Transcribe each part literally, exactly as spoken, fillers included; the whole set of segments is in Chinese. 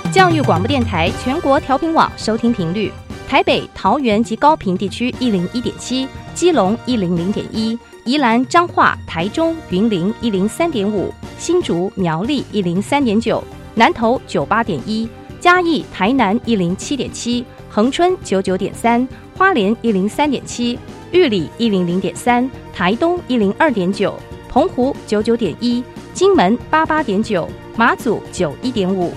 教育广播电台全国调频网收听频率：台北、桃园及高屏地区一零一点七，基隆一零零点一，宜兰、彰化、台中、云林一零三点五，新竹、苗栗一零三点九，南投九八点一，嘉义、台南一零七点七，恒春九九点三，花莲一零三点七，玉里一零零点三，台东一零二点九，澎湖九九点一，金门八八点九，马祖九一点五。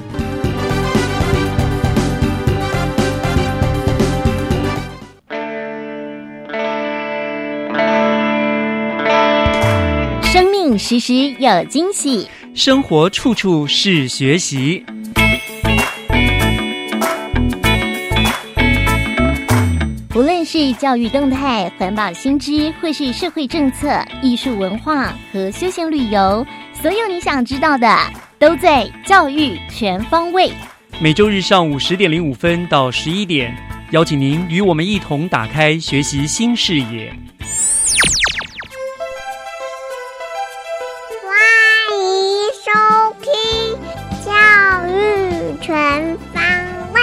生命时时有惊喜， 生活处处是学习。 无论是教育动态、环保新知，或是社会政策、艺术文化和休闲旅游，所有你想知道的都在教育全方位。 每周日上午十点零五分到十一点，邀请您与我们一同打开学习新视野。 全方位。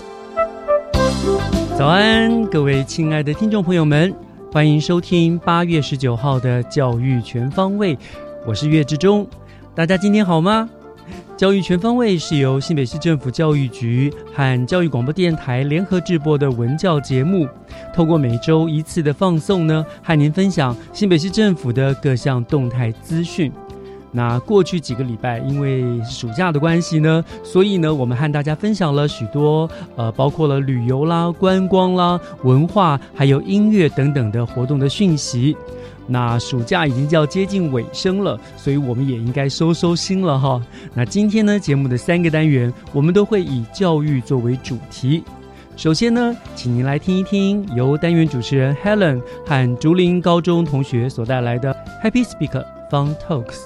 早安，各位亲爱的听众朋友们，欢迎收听八月十九号的教育全方位，我是岳志忠。大家今天好吗？教育全方位是由新北市政府教育局和教育广播电台联合制播的文教节目，透过每周一次的放送呢，和您分享新北市政府的各项动态资讯。那过去几个礼拜，因为暑假的关系呢，所以呢，我们和大家分享了许多呃，包括了旅游啦、观光啦、文化，还有音乐等等的活动的讯息。那暑假已经就要接近尾声了，所以我们也应该收收心了哈。那今天呢，节目的三个单元，我们都会以教育作为主题。首先呢，请您来听一听由单元主持人 Helen 和竹林高中同学所带来的 Happy Speaker Fun Talks。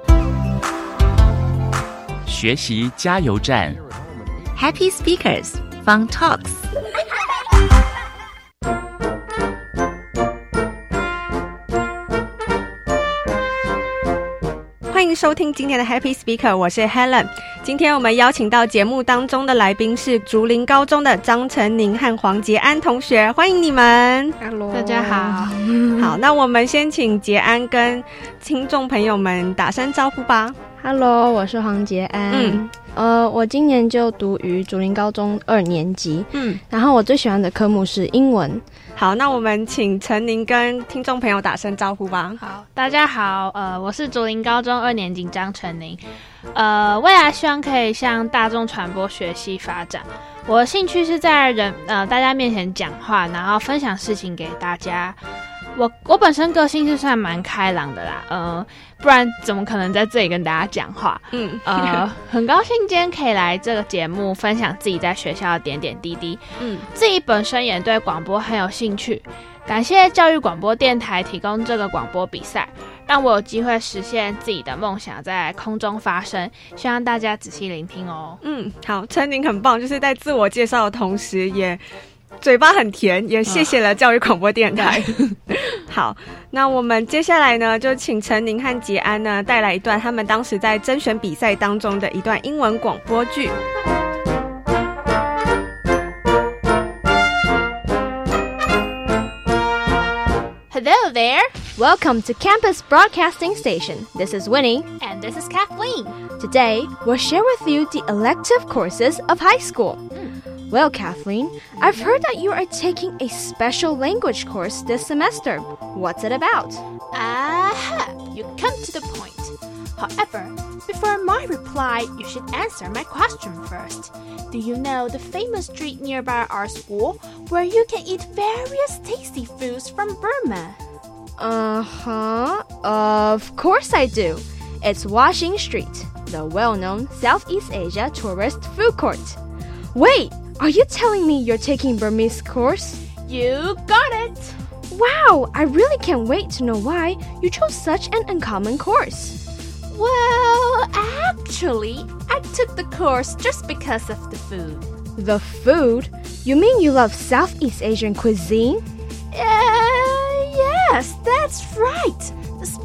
学习加油站 Happy Speakers Fun Talks。 欢迎收听今天的 Happy Speaker， 我是 Helen。 今天我们邀请到节目当中的来宾是竹林高中的张成宁和黄杰安同学，欢迎你们。 Hello， 大家好。 好，那我们先请杰安跟听众朋友们打声招呼吧。 Hello， 我是黄杰安。嗯，呃，我今年就读于竹林高中二年级。嗯，然后我最喜欢的科目是英文。 好，那我们请陈宁跟听众朋友打声招呼吧。 好，大家好，呃，我是竹林高中二年级张陈宁。呃，未来希望可以向大众传播学系发展。我的兴趣是在人呃大家面前讲话，然后分享事情给大家。我我本身个性是算蛮开朗的啦，呃，不然怎么可能在这里跟大家讲话？嗯，呃，很高兴今天可以来这个节目分享自己在学校的点点滴滴。嗯，自己本身也对广播很有兴趣，感谢教育广播电台提供这个广播比赛，让我有机会实现自己的梦想，在空中发声。希望大家仔细聆听哦。 嗯，好，陈宁很棒，就是在自我介绍的同时也嘴巴很甜，也谢谢了教育广播电台。好，那我们接下来呢，就请陈宁和杰安呢带来一段他们当时在甄选比赛当中的一段英文广播剧。 Hello there! Welcome to Campus Broadcasting Station. This is Winnie. And this is Kathleen. Today, we'll share with you the elective courses of high school. Mm. Well, Kathleen, I've heard that you are taking a special language course this semester. What's it about? Aha! You come to the point. However, before my reply, you should answer my question first. Do you know the famous street nearby our school where you can eat various tasty foods from Burma? Uh-huh. Of course I do. It's Washing Street, the well-known Southeast Asia tourist food court. Wait, are you telling me you're taking Burmese course? You got it! Wow, I really can't wait to know why you chose such an uncommon course. Well, actually, I took the course just because of the food. The food? You mean you love Southeast Asian cuisine? Uh, yes, that's right.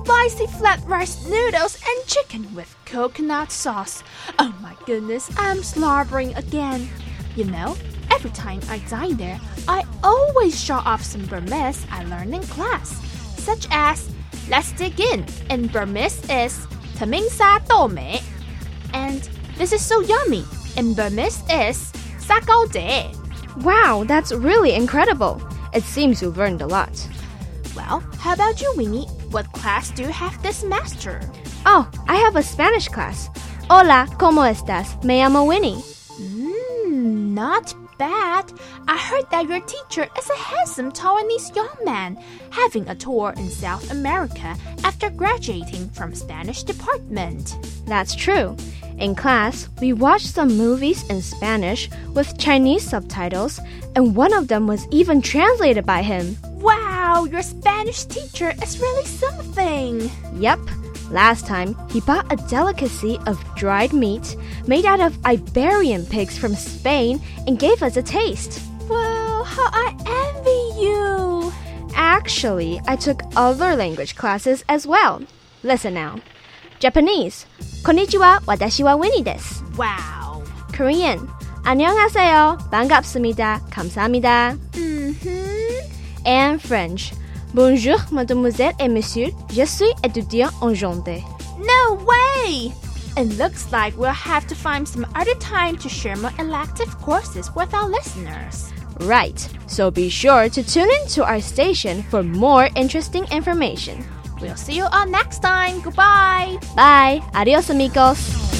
spicy flat rice noodles and chicken with coconut sauce. Oh my goodness, I'm slobbering again. You know, every time I dine there, I always show off some Burmese I learned in class, such as let's dig in. In Burmese is Taming Sa Do Me. And this is so yummy. In Burmese is Sa Gao De. Wow, that's really incredible. It seems you've learned a lot. Well, how about you, Winnie? What class do you have this semester? Oh, I have a Spanish class. Hola, ¿cómo estás? Me llamo Winnie. Mmm, not bad. I heard that your teacher is a handsome Taiwanese young man having a tour in South America after graduating from Spanish department. That's true. In class, we watched some movies in Spanish with Chinese subtitles, and one of them was even translated by him. Wow, your Spanish teacher is really something. Yep. Last time, he bought a delicacy of dried meat made out of Iberian pigs from Spain and gave us a taste. Well, how I envy you. Actually, I took other language classes as well. Listen now. Japanese. Konnichiwa, watashi wa Winnie desu. Wow. Korean. 안녕하세요. 반갑습니다. 감사합니다. Mm-hmm. And French. Bonjour, mademoiselle et monsieur. Je suis étudiant en janvier. No way! It looks like we'll have to find some other time to share more elective courses with our listeners. Right. So be sure to tune in to our station for more interesting information. We'll see you all next time. Goodbye. Bye. Adios, amigos.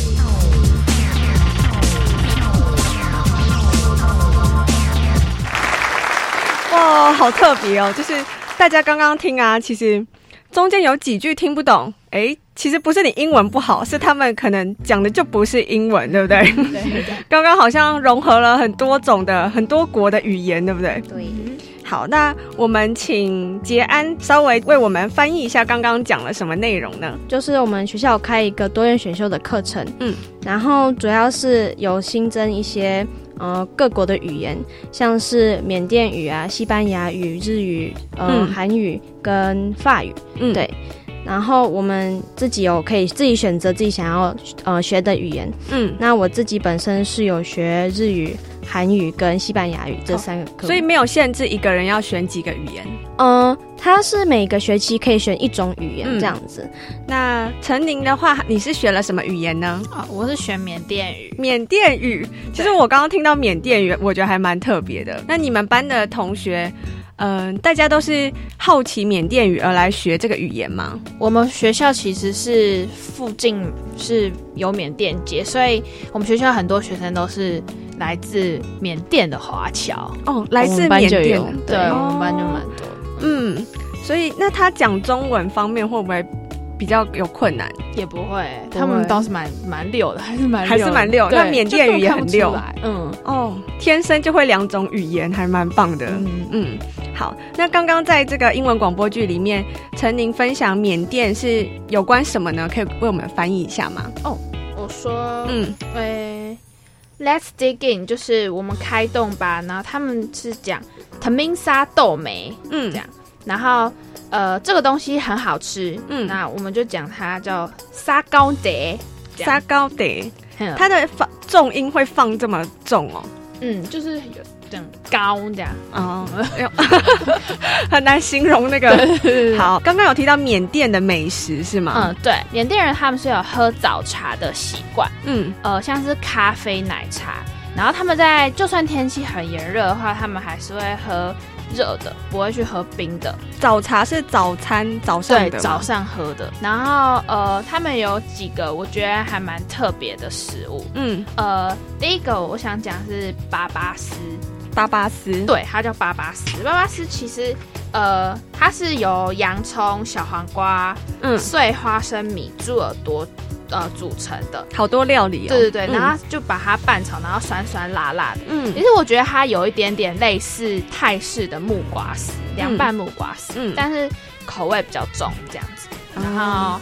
哇，好特别哦！就是大家刚刚听啊，其实中间有几句听不懂，哎，其实不是你英文不好，是他们可能讲的就不是英文，对不对？ 对对。 刚刚好像融合了很多种的、很多国的语言，对不对？ 对。 好，那我们请杰安稍微为我们翻译一下刚刚讲了什么内容呢？ 就是我们学校有开一个多元选修的课程，嗯，然后主要是有新增一些呃各国的语言，像是缅甸语啊、西班牙语、日语、呃、嗯、韩语跟法语，嗯，对。然后我们自己有可以自己选择自己想要呃学的语言，嗯，那我自己本身是有学日语、韩语跟西班牙语这三个科目， 所以没有限制一个人要选几个语言。 嗯，它是每个学期可以选一种语言这样子。 嗯、那陈宁的话，你是学了什么语言呢？ 哦，我是学缅甸语。 缅甸语，其实我刚刚听到缅甸语，我觉得还蛮特别的。那你们班的同学？嗯、呃，大家都是好奇缅甸语而来学这个语言吗？ 我们学校其实是附近是有缅甸街，所以我们学校很多学生都是来自缅甸的华侨。 哦，来自缅甸， 对，我们班就蛮多。 嗯，所以那他讲中文方面会不会比较有困难？ 也不会，他们倒是蛮蛮溜的，还是蛮还是蛮溜。那缅甸语也很溜， 嗯， 哦，天生就会两种语言，还蛮棒的。嗯嗯。好，那刚刚在这个英文广播剧里面，陈宁分享缅甸是有关什么呢？可以为我们翻译一下吗？ 哦，我说，嗯，诶 ，Let's dig in， 就是我们开动吧。然后他们是讲 Taming Sa Do Me， 嗯，这样。然后呃，这个东西很好吃，嗯，那我们就讲它叫沙高德， 沙高德，它的放重音会放这么重哦？ 嗯，就是有。高这样哦，很难形容那个。好，刚刚有提到缅甸的美食是吗？ 嗯，对，缅甸人他们是有喝早茶的习惯，嗯，呃，像是咖啡、奶茶，然后他们在就算天气很炎热的话，他们还是会喝热的，不会去喝冰的。 早茶是早餐早上的， 对，早上喝的。然后呃，他们有几个我觉得还蛮特别的食物，嗯，呃，第一个我想讲是巴巴丝。 巴巴丝， 对，它叫巴巴丝。巴巴丝其实，呃，它是由洋葱、小黄瓜、嗯、碎花生米、猪耳朵，呃，组成的， 好多料理哦。 对对对，嗯、然后就把它拌炒，然后酸酸辣辣的。嗯，其实我觉得它有一点点类似泰式的木瓜丝，凉拌木瓜丝，嗯，但是口味比较重这样子。然后、嗯、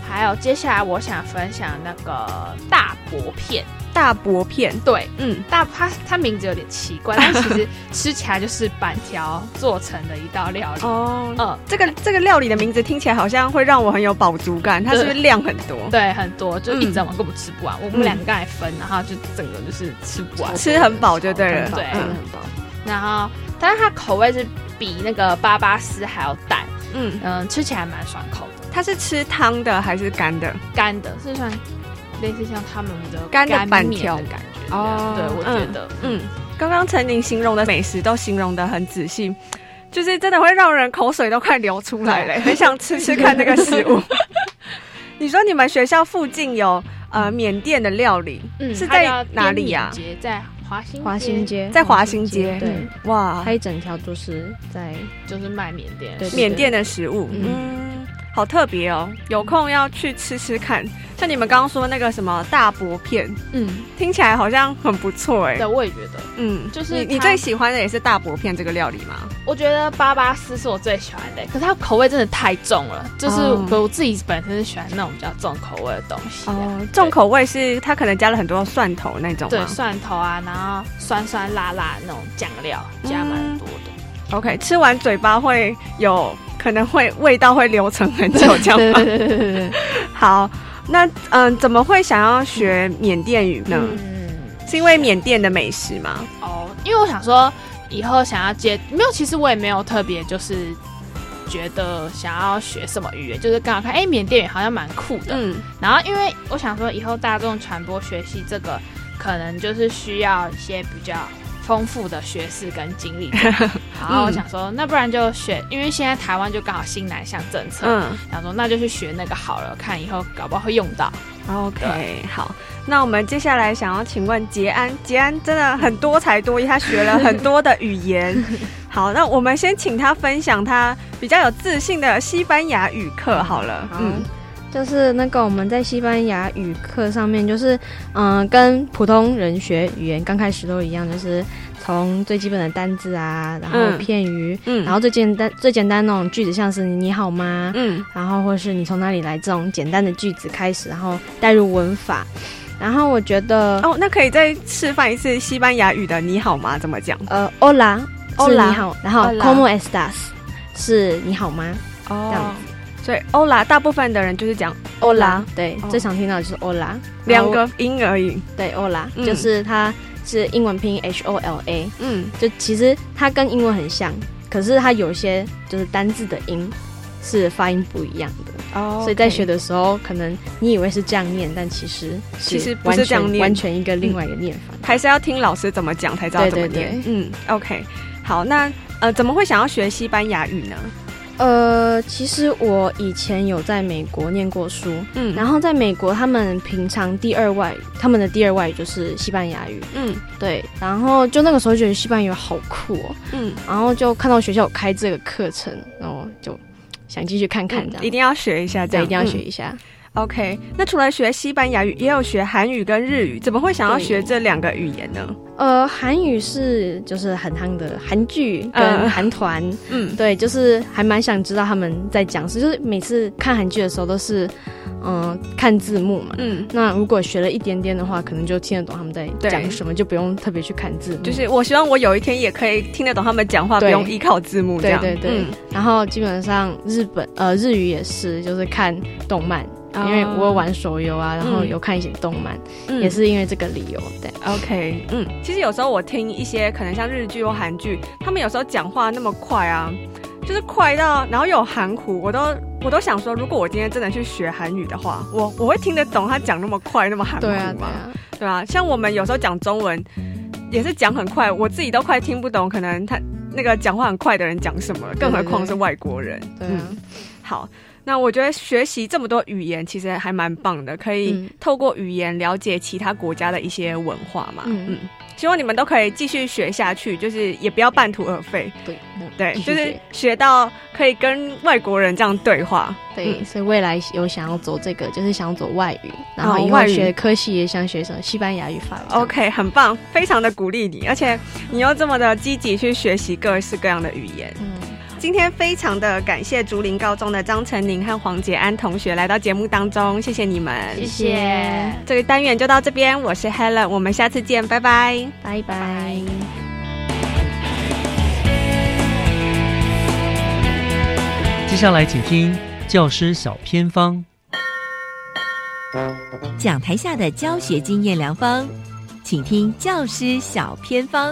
还有接下来我想分享那个大薄片。 大薄片， 对， 嗯， 大它它名字有点奇怪，但其实吃起来就是板条做成的一道料理。 哦，嗯，这个这个料理的名字听起来好像会让我很有饱足感，它是不是量很多？ 对，很多，就一整碗根本吃不完。嗯、我们两个刚才分，然后就整个就是吃不完， 吃很饱就对了， 对， 嗯、 很饱。然后，但是它口味是比那个巴巴丝还要淡，嗯嗯，吃起来蛮爽口的。 它是吃汤的还是干的？ 干的，是算。类似像他们的干的板条的感觉哦，对，我觉得，嗯， 刚刚陈宁形容的美食都形容得很仔细，就是真的会让人口水都快流出来了，很想吃吃看那个食物。你说你们学校附近有呃缅甸的料理，嗯，是在哪里啊？ 在华新华新街， 在华新街， 对， 哇， 它一整条都是在就是卖缅甸缅甸的食物，嗯，好特别哦，有空要去吃吃看。像你们刚刚说那个什么大薄片，嗯，听起来好像很不错哎。 对，我也觉得， 嗯，就是你你最喜欢的也是大薄片这个料理吗？ 我觉得巴巴丝是我最喜欢的，可是它口味真的太重了，就是我自己本身是喜欢那种比较重口味的东西。 哦，重口味是它可能加了很多蒜头那种吗？ 对，蒜头啊，然后酸酸辣辣那种酱料加蛮多的。 嗯、OK， 吃完嘴巴会有可能会味道会留存很久，这样吗？对对对对对。好。那嗯，怎么会想要学缅甸语呢？嗯，是因为缅甸的美食吗？ 哦，因为我想说以后想要接，没有，其实我也没有特别就是觉得想要学什么语言，就是刚好看，哎、欸，缅甸语好像蛮酷的。嗯，然后因为我想说以后大众传播学习这个，可能就是需要一些比较丰富的学识跟经历，然后我想说，那不然就学，因为现在台湾就刚好新南向政策，嗯，想说那就去学那个好了，看以后搞不好会用到。 OK， 好，那我们接下来想要请问杰安，杰安真的很多才多艺，他学了很多的语言。好，那我们先请他分享他比较有自信的西班牙语课好了。 好嗯。就是那个我们在西班牙语课上面，就是嗯、呃，跟普通人学语言刚开始都一样，就是从最基本的单字啊，然后片语，嗯，然后最简单最简单那种句子，像是你好吗，嗯，然后或是你从哪里来这种简单的句子开始，然后带入文法。然后我觉得哦，那可以再示范一次西班牙语的你好吗怎么讲？ 呃 ，Hola 是你好，然后 Como estás 是你好吗？哦，这样子。 所以欧拉大部分的人就是讲欧拉， 对，哦、最常听到的就是欧拉， 两个音而已。 对，欧拉、嗯、就是它是英文拼音 H O L A， 嗯，就其实它跟英文很像，可是它有些就是单字的音是发音不一样的哦，所以在学的时候，可能你以为是这样念，但其实其实不是这样念， 完全一个另外一个念法， 嗯、还是要听老师怎么讲才知道怎么念。对对对嗯 ，OK， 好，那呃，怎么会想要学西班牙语呢？ 呃，其实我以前有在美国念过书，嗯，然后在美国他们平常第二外语，他们的第二外语就是西班牙语，嗯，对，然后就那个时候觉得西班牙语好酷哦，嗯，然后就看到学校有开这个课程，然后就想继续看看这样， 嗯、一定要学一下这样， 对，一定要学一下。 嗯OK， 那除了学西班牙语，也有学韩语跟日语，怎么会想要学这两个语言呢？ 呃，韩语是就是很夯的韩剧跟韩团，嗯，对，就是还蛮想知道他们在讲什么，就是每次看韩剧的时候都是，嗯、呃，看字幕嘛，嗯，那如果学了一点点的话，可能就听得懂他们在讲什么，就不用特别去看字幕。 就是我希望我有一天也可以听得懂他们讲话，不用依靠字幕这样。 对对对。嗯、然后基本上日本呃日语也是，就是看动漫。因为我有玩手游啊，然后有看一些动漫，嗯、也是因为这个理由。对 ，OK， 嗯，其实有时候我听一些可能像日剧或韩剧，他们有时候讲话那么快啊，就是快到，然后又有含糊，我都我都想说，如果我今天真的去学韩语的话，我我会听得懂他讲那么快那么含糊吗？对啊，对啊，对啊，像我们有时候讲中文也是讲很快，我自己都快听不懂，可能他那个讲话很快的人讲什么，更何况是外国人。对，对，对，嗯，好。那我觉得学习这么多语言其实还蛮棒的，可以透过语言了解其他国家的一些文化嘛。嗯嗯，希望你们都可以继续学下去，就是也不要半途而废。对对，就是学到可以跟外国人这样对话。 对，嗯、所以未来有想要走这个，就是想要走外语，然后以后学科系也想学什么西班牙语、法语。 OK， 很棒，非常的鼓励你，而且你又这么的积极去学习各式各样的语言。嗯。 今天非常的感谢竹林高中的张成宁和黄杰安同学来到节目当中，谢谢你们， 谢谢。 这个单元就到这边，我是 Helen， 我们下次见，拜拜， 拜拜。 接下来请听教师小偏方， 讲台下的教学经验良方，请听教师小偏方。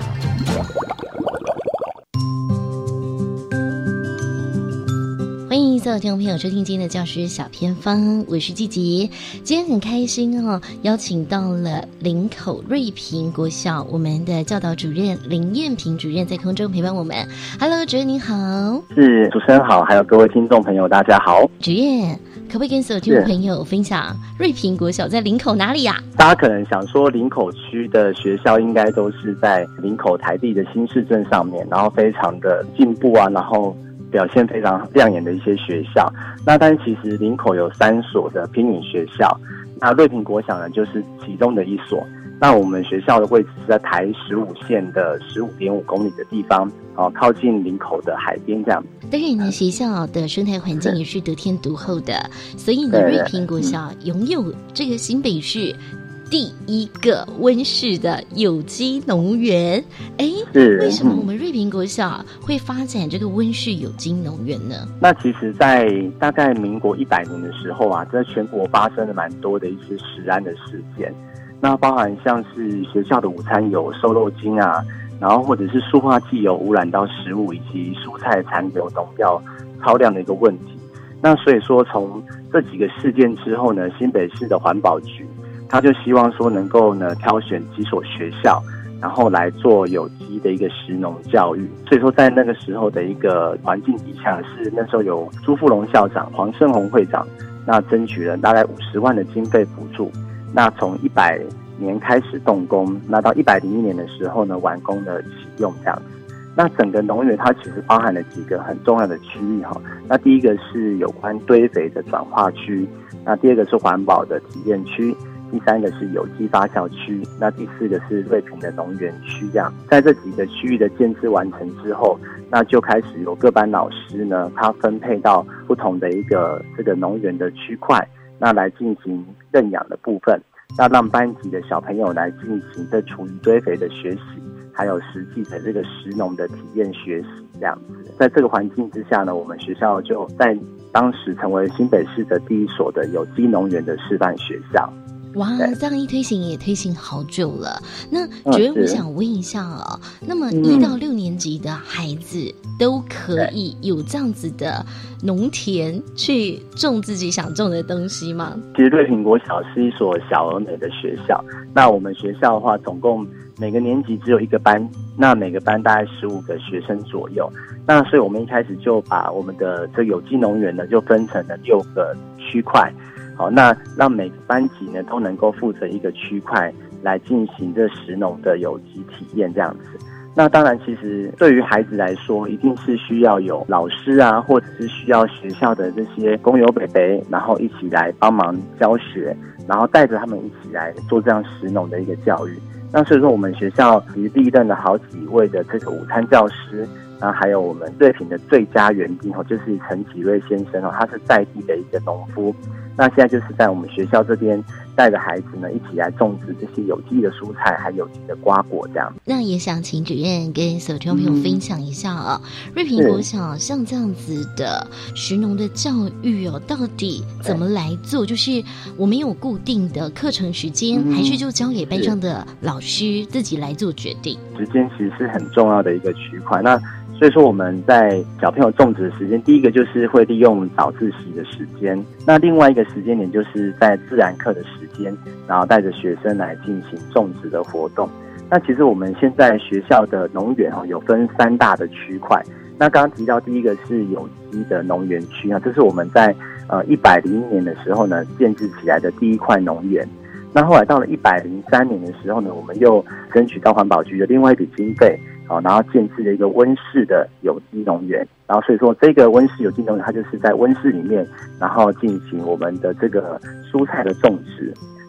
欢迎所有听众朋友收听今天的教师小偏方，我是季杰。今天很开心哦，邀请到了林口瑞平国小我们的教导主任林燕平主任在空中陪伴我们。Hello， 主任您好。 是，主持人好，还有各位听众朋友大家好。 主任可不可以跟所有听众朋友分享瑞平国小在林口哪里啊？ 大家可能想说林口区的学校应该都是在林口台地的新市镇上面，然后非常的进步啊，然后表现非常亮眼的一些学校。那但其实林口有三所的偏远学校，那瑞平国小呢就是其中的一所。那我们学校的位置是在台十五线的十五点五公里的地方，哦，靠近林口的海边这样。 当然呢，学校的生态环境也是得天独厚的，所以呢，瑞平国小拥有这个新北市第一个温室的有机农园。哎，为什么我们瑞平国小会发展这个温室有机农园呢？ 那其实在大概民国一百年的时候啊，在全国发生了蛮多的一些食安的事件，那包含像是学校的午餐有瘦肉精啊，然后或者是塑化剂有污染到食物，以及蔬菜残留农药超量的一个问题。那所以说从这几个事件之后呢，新北市的环保局他就希望说能够呢挑选几所学校，然后来做有机的一个食农教育。所以说在那个时候的一个环境底下，是那时候有朱富龙校长、黄胜宏会长，那争取了大概五十万的经费补助。那从一百年开始动工，那到一百零一年的时候呢，完工的启用这样子。那整个农园它其实包含了几个很重要的区域哈。那第一个是有关堆肥的转化区，那第二个是环保的体验区，第三个是有机发酵区，那第四个是瑞平的农园区这样。在这几个区域的建制完成之后，那就开始有各班老师呢，他分配到不同的一个这个农园的区块，那来进行认养的部分，那让班级的小朋友来进行这厨余堆肥的学习，还有实际的这个食农的体验学习这样子。在这个环境之下呢，我们学校就在当时成为新北市的第一所的有机农园的示范学校。 哇，这样一推行也推行好久了。那主任，我想问一下哦，那么一到六年级的孩子都可以有这样子的农田去种自己想种的东西吗？ 其实瑞平国小是一所小而美的学校，那我们学校的话，总共每个年级只有一个班，那每个班大概十五个学生左右。那所以我们一开始就把我们的这有机农园呢，就分成了六个区块。好，那让每个班级呢都能够负责一个区块来进行这食农的有机体验这样子。那当然，其实对于孩子来说，一定是需要有老师啊，或者是需要学校的这些工友伯伯，然后一起来帮忙教学，然后带着他们一起来做这样食农的一个教育。那所以说，我们学校其实历任了好几位的这个午餐教师。那还有我们瑞平的最佳园丁哦，就是陈启瑞先生哦，他是在地的一个农夫。那现在就是在我们学校这边带着孩子呢，一起来种植这些有机的蔬菜，还有有机的瓜果这样。 那也想请主任跟所有听众朋友分享一下啊、哦，嗯、瑞平国小像这样子的食农的教育哦，到底怎么来做？就是我们有固定的课程时间，嗯、还是就交给班上的老师自己来做决定？ 时间其实是很重要的一个区块。那所以说我们在小朋友种植的时间，第一个就是会利用早自习的时间，那另外一个时间点就是在自然课的时间，然后带着学生来进行种植的活动。那其实我们现在学校的农园有分三大的区块。那刚刚提到第一个是有机的农园区啊，这是我们在呃一百零一年的时候呢建制起来的第一块农园。那后来到了一百零三年的时候呢，我们又争取到环保局的另外一笔经费，好，然后建制了一个温室的有机农园。然后所以说这个温室有机农园，它就是在温室里面，然后进行我们的这个蔬菜的种植。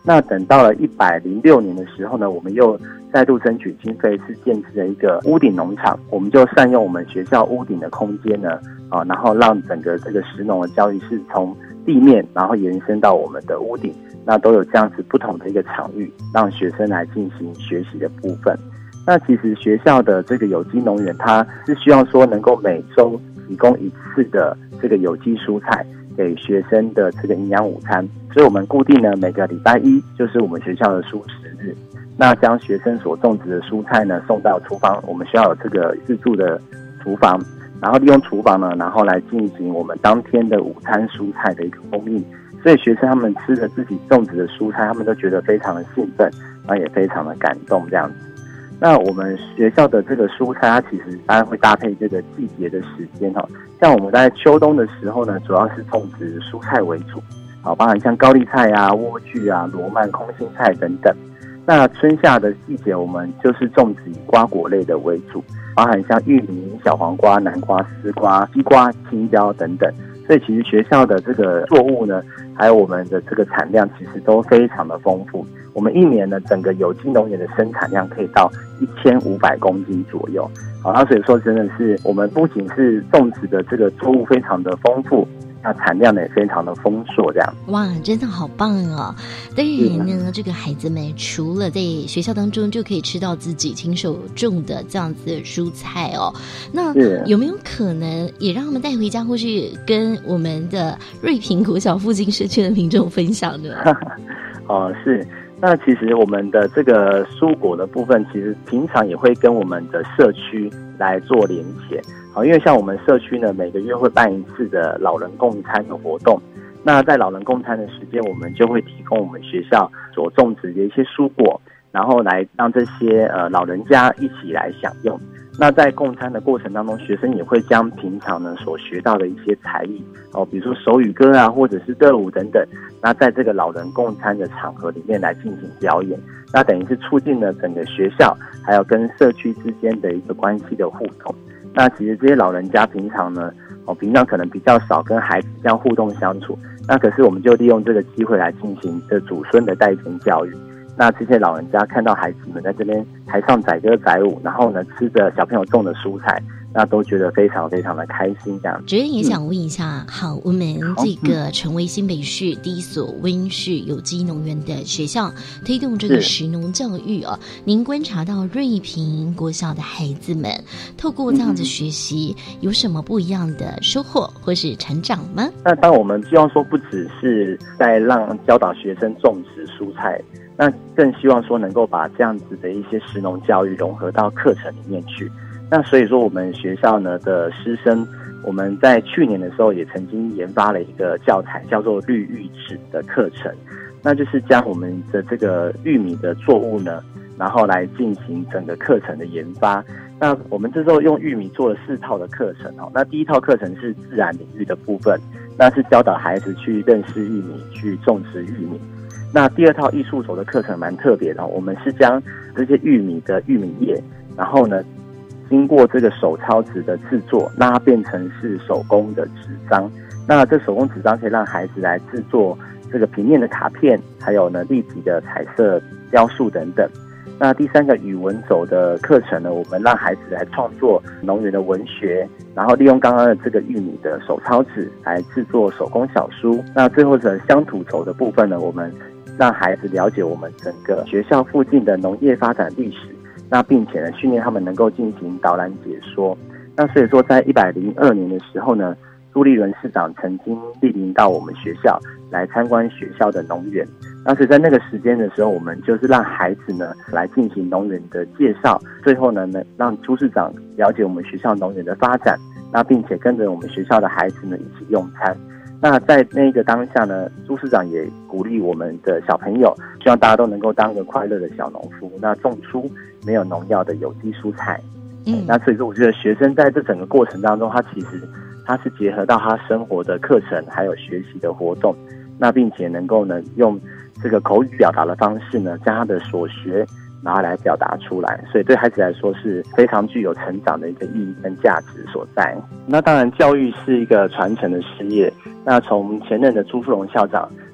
那等到了一百零六年的时候呢，我们又再度争取经费，是建置了一个屋顶农场。我们就善用我们学校屋顶的空间呢，啊，然后让整个这个食农的教育是从地面，然后延伸到我们的屋顶，那都有这样子不同的一个场域，让学生来进行学习的部分。那其实学校的这个有机农园，它是希望说能够每周提供一次的这个有机蔬菜给学生的这个营养午餐，所以我们固定呢每个礼拜一就是我们学校的蔬食日，那将学生所种植的蔬菜呢送到厨房，我们学校有这个自助的厨房，然后利用厨房呢，然后来进行我们当天的午餐蔬菜的一个供应，所以学生他们吃了自己种植的蔬菜，他们都觉得非常的兴奋，然后也非常的感动这样子。那我们学校的这个蔬菜，它其实当然会搭配这个季节的时间哈。像我们在秋冬的时候呢，主要是种植蔬菜为主，好，包含像高丽菜啊、莴苣啊、罗曼、空心菜等等。那春夏的季节，我们就是种植以瓜果类的为主，包含像玉米、小黄瓜、南瓜、丝瓜、西瓜、青椒等等。所以其实学校的这个作物呢，还有我们的这个产量，其实都非常的丰富。我们一年呢，整个有机农园的生产量可以到一千五百公斤左右。好，那所以说真的是我们不仅是种植的这个作物非常的丰富，那产量呢也非常的丰硕，这样。 哇，真的好棒哦！当然呢，这个孩子们除了在学校当中就可以吃到自己亲手种的这样子的蔬菜哦，那有没有可能也让他们带回家，或是跟我们的瑞平国小附近社区的民众分享呢？ 哦，是。那其实我们的这个蔬果的部分，其实平常也会跟我们的社区来做连结。好，因为像我们社区呢，每个月会办一次的老人共餐的活动。那在老人共餐的时间，我们就会提供我们学校所种植的一些蔬果，然后来让这些呃老人家一起来享用。那在共餐的过程当中，学生也会将平常呢所学到的一些才艺哦，比如说手语歌啊，或者是热舞等等，那在这个老人共餐的场合里面来进行表演，那等于是促进了整个学校还有跟社区之间的一个关系的互动。那其实这些老人家平常呢，哦，平常可能比较少跟孩子这样互动相处，那可是我们就利用这个机会来进行这祖孙的代间教育。那这些老人家看到孩子们在这边台上载歌载舞，然后呢吃着小朋友种的蔬菜，那都觉得非常非常的开心这样。 主任也想问一下，嗯、好，我们这个成为新北市第一所温室有机农园的学校，推动这个食农教育哦。您观察到瑞平国小的孩子们透过这样子学习，嗯、有什么不一样的收获或是成长吗？ 那当我们希望说，不只是在让教导学生种植蔬菜。那更希望说能够把这样子的一些食农教育融合到课程里面去。那所以说我们学校呢的师生，我们在去年的时候也曾经研发了一个教材，叫做绿玉指的课程。那就是将我们的这个玉米的作物呢，然后来进行整个课程的研发。那我们这时候用玉米做了四套的课程哦。那第一套课程是自然领域的部分，那是教导孩子去认识玉米，去种植玉米。那第二套艺术手的课程蛮特别的，我们是将这些玉米的玉米叶，然后呢，经过这个手抄纸的制作，让它变成是手工的纸张。那这手工纸张可以让孩子来制作这个平面的卡片，还有呢立体的彩色雕塑等等。那第三个语文走的课程呢，我们让孩子来创作农园的文学，然后利用刚刚的这个玉米的手抄纸来制作手工小书。那最后的乡土走的部分呢，我们让孩子了解我们整个学校附近的农业发展历史，那并且呢训练他们能够进行导览解说。那所以说在一百零二年的时候呢，朱立伦市长曾经莅临到我们学校来参观学校的农园。那所以在那个时间的时候，我们就是让孩子呢来进行农园的介绍，最后呢让朱市长了解我们学校农园的发展，那并且跟着我们学校的孩子呢一起用餐。那在那个当下呢，朱市长也鼓励我们的小朋友，希望大家都能够当个快乐的小农夫，那种出没有农药的有机蔬菜。嗯，那所以说我觉得学生在这整个过程当中，他其实他是结合到他生活的课程还有学习的活动，那并且能够呢用这个口语表达的方式呢，将他的所学然后来表达出来，所以对孩子来说是非常具有成长的一个意义跟价值所在。那当然教育是一个传承的事业，那从前任的朱富荣校长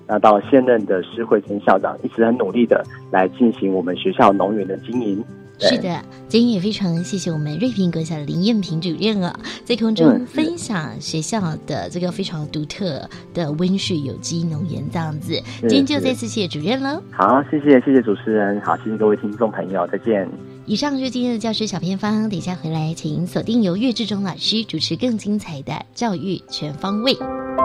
那到现任的施惠珍校长，一直很努力的来进行我们学校农园的经营。 是的，今天也非常谢谢我们瑞平国小的林燕平主任啊，在空中分享学校的这个非常独特的温室有机农园这样子。今天就再次谢谢主任了。 好，谢谢谢谢主持人，好，谢谢各位听众朋友，再见。 以上就是今天的教师小偏方，等一下回来请锁定由岳志忠老师主持更精彩的教育全方位。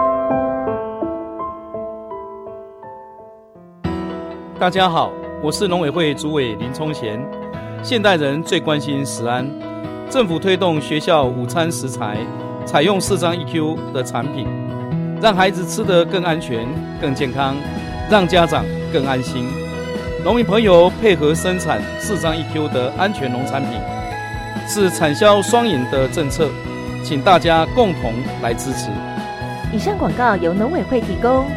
大家好，我是农委会主委林聪贤。现代人最关心食安，政府推动学校午餐食材采用四张 E Q 的产品，让孩子吃得更安全、更健康，让家长更安心。农民朋友配合生产四张 E Q 的安全农产品，是产销双赢的政策，请大家共同来支持。 以上广告由农委会提供。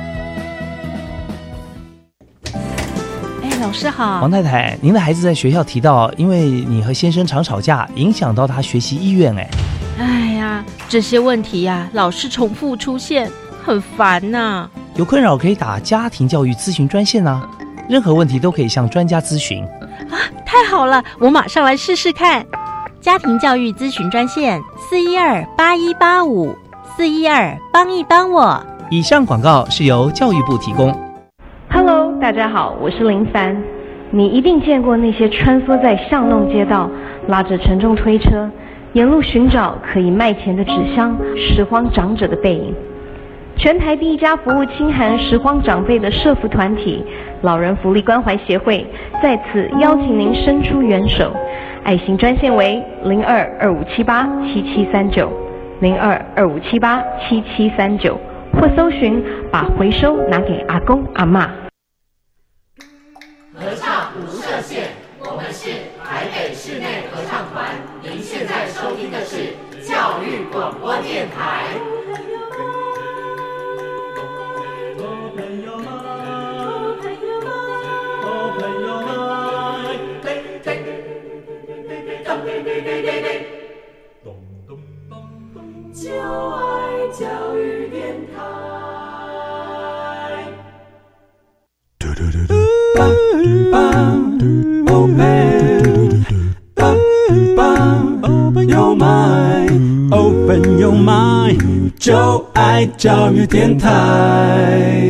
老师好， 王太太，您的孩子在学校提到，因为你和先生常吵架，影响到他学习意愿。哎， 哎呀，这些问题呀、啊，老是重复出现，很烦呐、啊。 有困扰可以打家庭教育咨询专线啊，任何问题都可以向专家咨询。 啊，太好了，我马上来试试看。家庭教育咨询专线四一二八一八五四一二帮一帮我。 以上广告是由教育部提供。 Hello， 大家好，我是林凡。你一定见过那些穿梭在巷弄街道，拉着沉重推车，沿路寻找可以卖钱的纸箱、拾荒长者的背影。全台第一家服务清寒拾荒长辈的社福团体老人福利关怀协会，在此邀请您伸出援手。爱心专线为零二二五七八七七三九零二二五七八七七三九，或搜寻把回收拿给阿公阿嬷。 合唱无设限，我们是台北室内合唱团。您现在收听的是教育广播电台。就爱教育电台。Open your mind, open your mind， 就爱教育电台。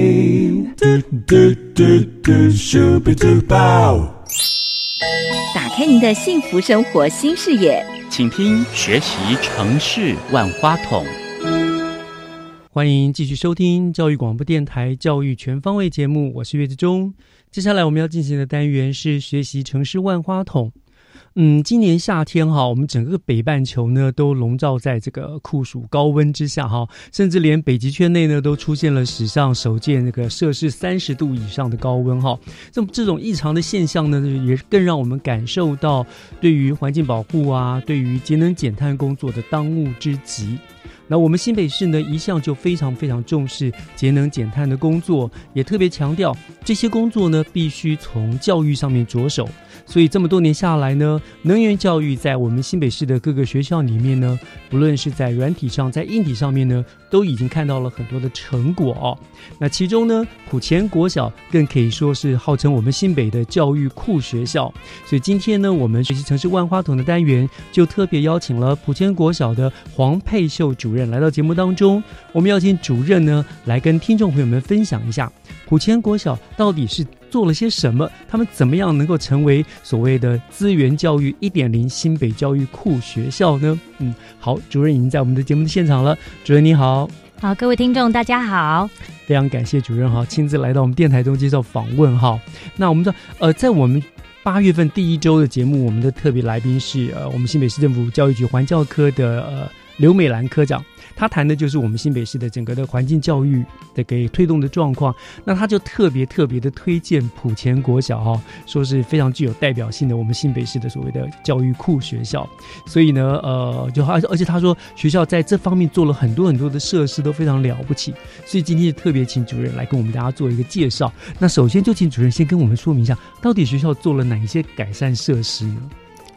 打开您的幸福生活新视野， 请听学习城市万花筒。 欢迎继续收听教育广播电台教育全方位节目，我是岳志忠。接下来我们要进行的单元是学习城市万花筒。嗯，今年夏天哈，我们整个北半球呢都笼罩在这个酷暑高温之下哈，甚至连北极圈内呢都出现了史上首见那个摄氏三十度以上的高温哈。这这种异常的现象呢，也更让我们感受到对于环境保护啊，对于节能减碳工作的当务之急。那我们新北市呢，一向就非常非常重视节能减碳的工作，也特别强调这些工作呢必须从教育上面着手。所以这么多年下来呢，能源教育在我们新北市的各个学校里面呢，不论是在软体上，在硬体上面呢，都已经看到了很多的成果哦。那其中呢，埔前国小更可以说是号称我们新北的教育酷学校。所以今天呢，我们学习城市万花筒的单元就特别邀请了埔前国小的黄佩秀主任来到节目当中。我们要请主任呢来跟听众朋友们分享一下埔前国小到底是做了些什么，他们怎么样能够成为所谓的资源教育 一点零 新北教育酷学校呢？嗯，好，主任已经在我们的节目的现场了。主任你好。 好，各位听众大家好， 非常感谢主任哈亲自来到我们电台中接受访问哈。那我们知道呃在我们八月份第一周的节目，我们的特别来宾是呃我们新北市政府教育局环教科的呃刘美兰科长，他谈的就是我们新北市的整个的环境教育的给推动的状况。那他就特别特别的推荐埔前国小哈，说是非常具有代表性的我们新北市的所谓的教育酷学校。所以呢，呃，就而且他说学校在这方面做了很多很多的设施都非常了不起。所以今天特别请主任来跟我们大家做一个介绍。那首先就请主任先跟我们说明一下，到底学校做了哪一些改善设施呢？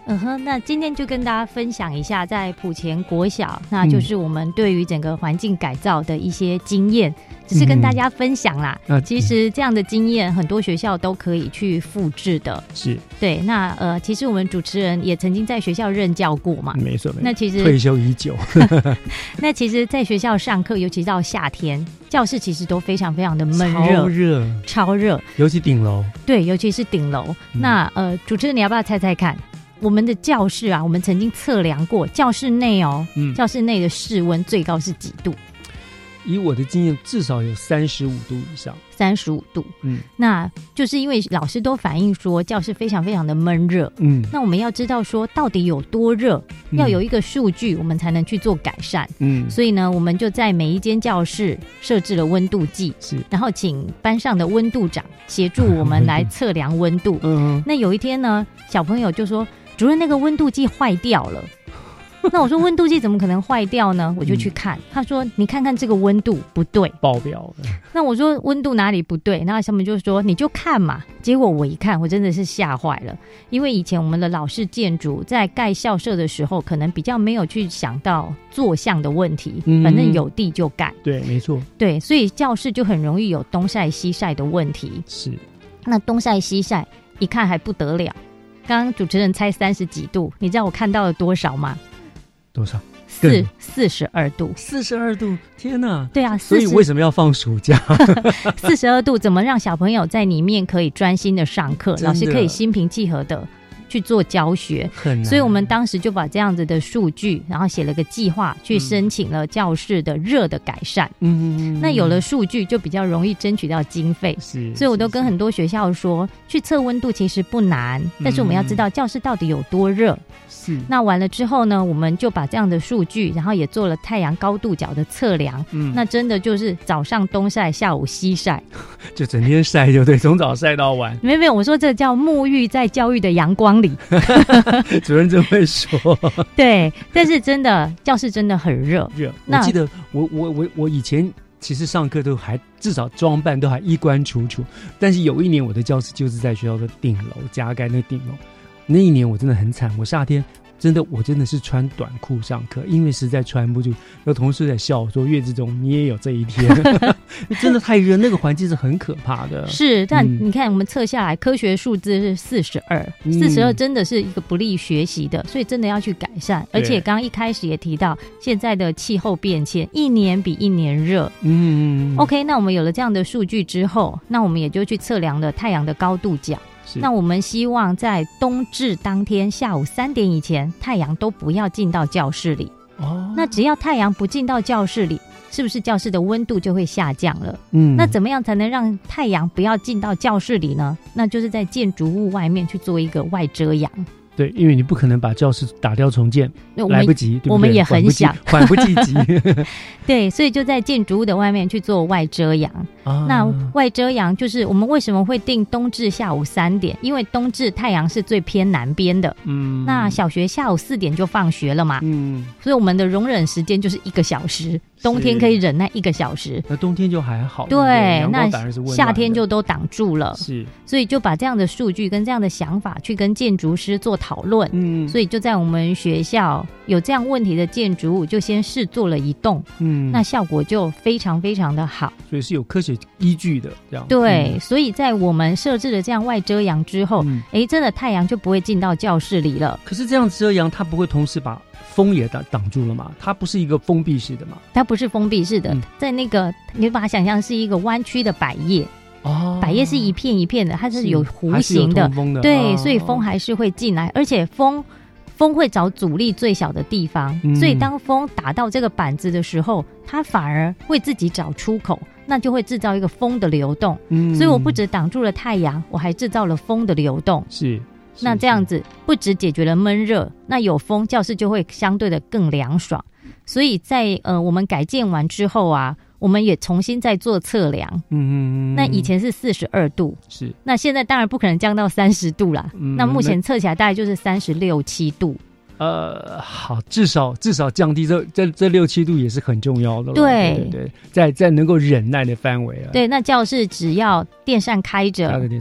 嗯哼，那今天就跟大家分享一下在埔前国小，那就是我们对于整个环境改造的一些经验，只是跟大家分享啦。嗯、其实这样的经验很多学校都可以去复制的。 是， 对。那呃，其实我们主持人也曾经在学校任教过嘛。 没错， 那其实退休已久。 那其实，在学校上课，尤其到夏天，教室其实都非常非常的闷热， 超热， 超热， 尤其顶楼。 对，尤其是顶楼。嗯、那呃，主持人你要不要猜猜看？我们的教室啊，我们曾经测量过，教室内哦，嗯、教室内的室温最高是几度？ 以我的经验，至少有三十五度以上。 三十五度，嗯，那就是因为老师都反映说教室非常非常的闷热，嗯，那我们要知道说到底有多热，嗯、要有一个数据，我们才能去做改善，嗯，所以呢，我们就在每一间教室设置了温度计，是，然后请班上的温度长协助我们来测量温度，嗯，那有一天呢，小朋友就说，主任那个温度计坏掉了。那我说温度计怎么可能坏掉呢？我就去看，嗯、他说你看看这个温度不对， 爆表了。 那我说温度哪里不对？那他们就说你就看嘛。结果我一看，我真的是吓坏了，因为以前我们的老式建筑在盖校舍的时候，可能比较没有去想到坐向的问题，嗯、反正有地就盖。 对，没错。 对，所以教室就很容易有东晒西晒的问题。 是， 那东晒西晒一看还不得了。刚刚主持人猜三十几度，你知道我看到了多少吗？ 多少？ 四四十二度， 四十二度，天哪！ 对啊， 所以为什么要放暑假？ 四十二度怎么让小朋友在里面可以专心的上课，老师可以心平气和的去做教学？ 很难。 所以我们当时就把这样子的数据，然后写了个计划，去申请了教室的热的改善。嗯，那有了数据，就比较容易争取到经费。是，所以我都跟很多学校说，去测温度其实不难，但是我们要知道教室到底有多热。是，那完了之后呢，我们就把这样的数据，然后也做了太阳高度角的测量。嗯，那真的就是早上东晒，下午西晒， 就整天晒，就对，从早晒到晚。 没有没有，我说这叫沐浴在教育的阳光里。 主任真会说。 对，但是真的教室真的很热。 热，我记得我我我我以前其实上课都还至少装扮都还衣冠楚楚，但是有一年我的教室就是在学校的顶楼加盖那顶楼。那一年我真的很惨，我夏天真的我真的是穿短裤上课，因为实在穿不住。有同事在笑我说：“岳志忠，你也有这一天。”真的太热，那个环境是很可怕的。 是，但你看我们测下来，科学数字是四十二，四十二真的是一个不利学习的，所以真的要去改善。而且刚刚一开始也提到，现在的气候变迁一年比一年热。嗯 ，OK， 那我们有了这样的数据之后，那我们也就去测量了太阳的高度角。那我们希望在冬至当天下午三点以前，太阳都不要进到教室里。哦，那只要太阳不进到教室里，是不是教室的温度就会下降了？嗯，那怎么样才能让太阳不要进到教室里呢？那就是在建筑物外面去做一个外遮阳。 对，因为你不可能把教室打掉重建，来不及，对不对？ 我们也很想， 缓不济急。 对，所以就在建筑物的外面去做外遮阳。啊、那外遮阳就是我们为什么会定冬至下午三点？因为冬至太阳是最偏南边的。嗯，那小学下午四点就放学了嘛。嗯，所以我们的容忍时间就是一个小时。冬天可以忍耐一个小时， 那冬天就还好。 对，那夏天就都挡住了。 是， 所以就把这样的数据跟这样的想法去跟建筑师做讨论。嗯，所以就在我们学校有这样问题的建筑物，就先试做了一栋。嗯，那效果就非常非常的好。 所以是有科学依据的，这样。 对，嗯、所以在我们设置了这样外遮阳之后，哎、嗯，真的太阳就不会进到教室里了。 可是这样遮阳，它不会同时把风也挡挡住了嘛？它不是一个封闭式的嘛？ 它不是封闭式的，嗯、在那个你把它想象是一个弯曲的百叶。哦，百叶是一片一片的，它是有弧形的， 的对、 哦， 所以风还是会进来，而且风风会找阻力最小的地方、嗯，所以当风打到这个板子的时候，它反而会自己找出口，那就会制造一个风的流动。嗯，所以我不只挡住了太阳，我还制造了风的流动。 是。 那这样子不只解决了闷热，那有风，教室就会相对的更凉爽。所以在呃我们改建完之后啊，我们也重新再做测量。嗯嗯嗯。那以前是四十二度， 是。 那现在当然不可能降到三十度啦。嗯。那目前测起来大概就是三十六七度。 呃，好，至少至少降低这这这六七度也是很重要的。 对对对，在在能够忍耐的范围啊。 对，那教室只要电扇开着， 开着电扇。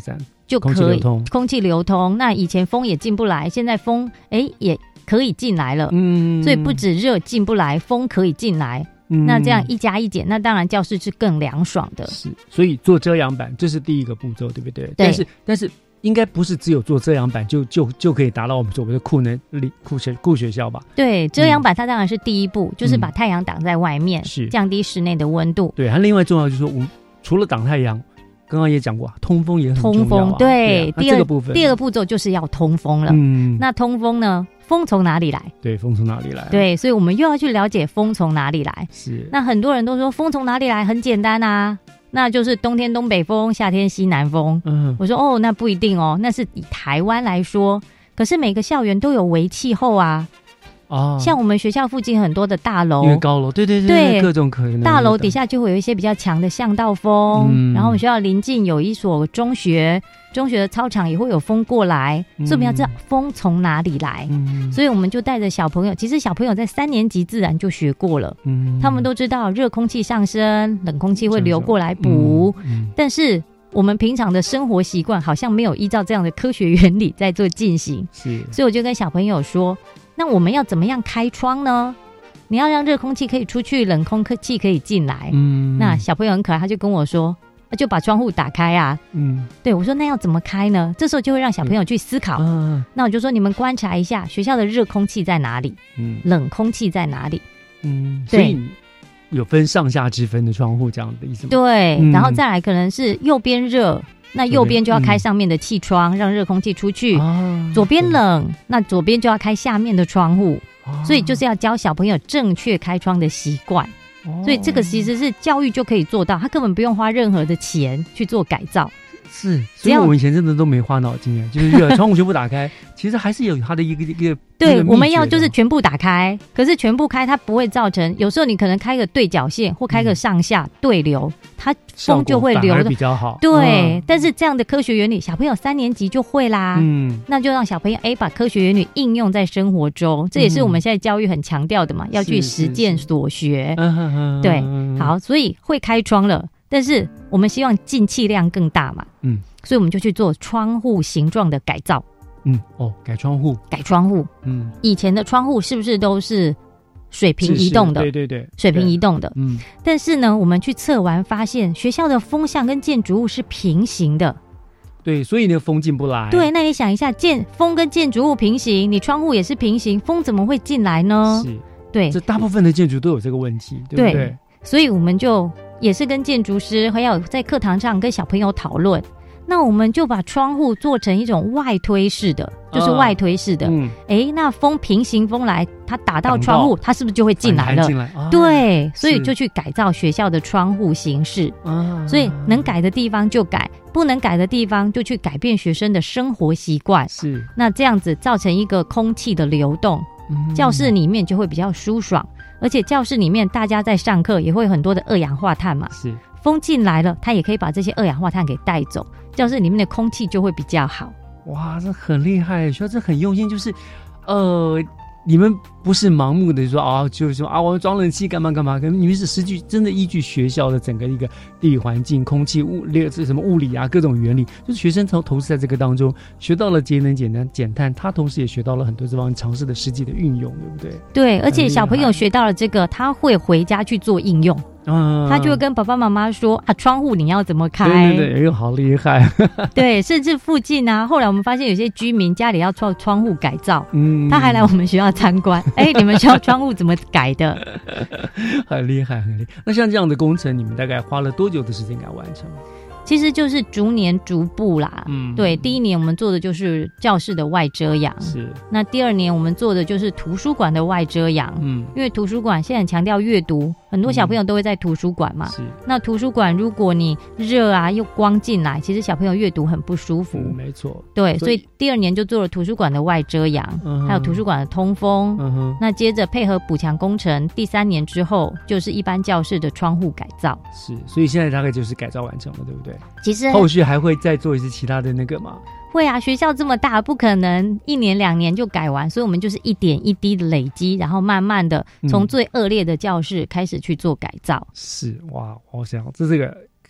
就可以空气流通， 空气流通。那以前风也进不来，现在风哎也可以进来了，嗯，所以不止热进不来，风可以进来。嗯、那这样一加一减，那当然教室是更凉爽的。 是，所以做遮阳板这是第一个步骤，对不对？对。但是但是应该不是只有做遮阳板就就就可以达到我们所谓的酷能酷学酷学校吧？ 对，遮阳板它当然是第一步，嗯、就是把太阳挡在外面，是降低室内的温度。 对，它另外重要就是说，我们除了挡太阳。刚刚也讲过，通风也很重要、啊。 通风，对， 对、啊、第二个部分， 第二个步骤就是要通风了。嗯，那通风呢？风从哪里来？ 对，风从哪里来？ 对，所以我们又要去了解风从哪里来。 是。 那很多人都说风从哪里来？很简单啊，那就是冬天东北风，夏天西南风。嗯，我说哦，那不一定哦，那是以台湾来说，可是每个校园都有微气候啊。哦，像我们学校附近很多的大楼， 因为高楼，对对 对, 对，各种可能大楼底下就会有一些比较强的向道风，嗯、然后我们学校邻近有一所中学，中学的操场也会有风过来，嗯、所以我们要知道风从哪里来。嗯、所以我们就带着小朋友，其实小朋友在三年级自然就学过了，嗯、他们都知道热空气上升，冷空气会流过来补，嗯嗯、但是我们平常的生活习惯好像没有依照这样的科学原理在做进行，是，所以我就跟小朋友说。那我们要怎么样开窗呢？你要让热空气可以出去，冷空气可以进来。嗯，那小朋友很可爱，他就跟我说，就把窗户打开啊。嗯，对，我说那要怎么开呢？这时候就会让小朋友去思考。嗯，那我就说你们观察一下学校的热空气在哪里，嗯，冷空气在哪里。嗯， 所以有分上下之分的窗户这样的意思吗？ 对，嗯、然后再来可能是右边热。那右边就要开上面的气窗，嗯、让热空气出去。哦、左边冷，那左边就要开下面的窗户。哦、所以就是要教小朋友正确开窗的习惯。哦、所以这个其实是教育就可以做到，他根本不用花任何的钱去做改造。 是，所以我们以前真的都没花脑筋啊，就是把窗户全部打开，其实还是有它的一个一个。 对，我们要就是全部打开，可是全部开它不会造成，有时候你可能开个对角线或开个上下对流，它风就会流的比较好。 对，嗯、但是这样的科学原理，小朋友三年级就会啦。嗯，那就让小朋友哎把科学原理应用在生活中，这也是我们现在教育很强调的嘛，嗯、要去实践所学。是是是对，好，所以会开窗了。但是我们希望进气量更大嘛，嗯，所以我们就去做窗户形状的改造， 嗯，哦，改窗户， 改窗户，嗯，以前的窗户是不是都是水平移动的？ 对对对， 水平移动的，嗯，但是呢，我们去测完发现，学校的风向跟建筑物是平行的， 对，所以那个风进不来。 对，那你想一下，建风跟建筑物平行，你窗户也是平行，风怎么会进来呢？ 是， 对， 这大部分的建筑都有这个问题，对不对？对， 所以我们就。也是跟建筑师还有在课堂上跟小朋友讨论，那我们就把窗户做成一种外推式的，就是外推式的。嗯，哎，那风平行风来，它打到窗户，它是不是就会进来了？ 进来啊、 对，所以就去改造学校的窗户形式。啊，所以能改的地方就改，不能改的地方就去改变学生的生活习惯。 是， 那这样子造成一个空气的流动，嗯、教室里面就会比较舒爽。而且教室里面大家在上课也会有很多的二氧化碳嘛， 是风进来了，它也可以把这些二氧化碳给带走，教室里面的空气就会比较好。 哇，这很厉害，学校这很用心，就是呃你们不是盲目的说啊，就是说啊，我们装冷气干嘛干嘛，可能你们是实际真的依据学校的整个一个地理环境、空气、物理、这什么物理啊，各种原理，就是学生从投资在这个当中，学到了节能、减碳、减碳，他同时也学到了很多这方面尝试的实际的运用，对不对？ 对，而且小朋友学到了这个，他会回家去做应用。嗯，他就会跟爸爸妈妈说啊，窗户你要怎么开？ 对对对，哎呦，好厉害！ 对，甚至附近啊，后来我们发现有些居民家里要做窗户改造，嗯，他还来我们学校参观。哎，你们学校窗户怎么改的？ 很厉害，很厉害。那像这样的工程，你们大概花了多久的时间给它完成？ 其实就是逐年逐步啦，嗯，对，第一年我们做的就是教室的外遮阳， 是。 那第二年我们做的就是图书馆的外遮阳，嗯，因为图书馆现在很强调阅读，很多小朋友都会在图书馆嘛，是、嗯。那图书馆如果你热啊又光进来，其实小朋友阅读很不舒服， 嗯、没错。 对，所以, 所以第二年就做了图书馆的外遮阳，嗯、还有图书馆的通风，嗯哼。那接着配合补强工程，第三年之后就是一般教室的窗户改造， 是。所以现在大概就是改造完成了，对不对？ 其实后续还会再做一次其他的那个吗？ 会啊，学校这么大，不可能一年两年就改完，所以我们就是一点一滴的累积，然后慢慢的从最恶劣的教室开始去做改造。 嗯、是哇，我想这这个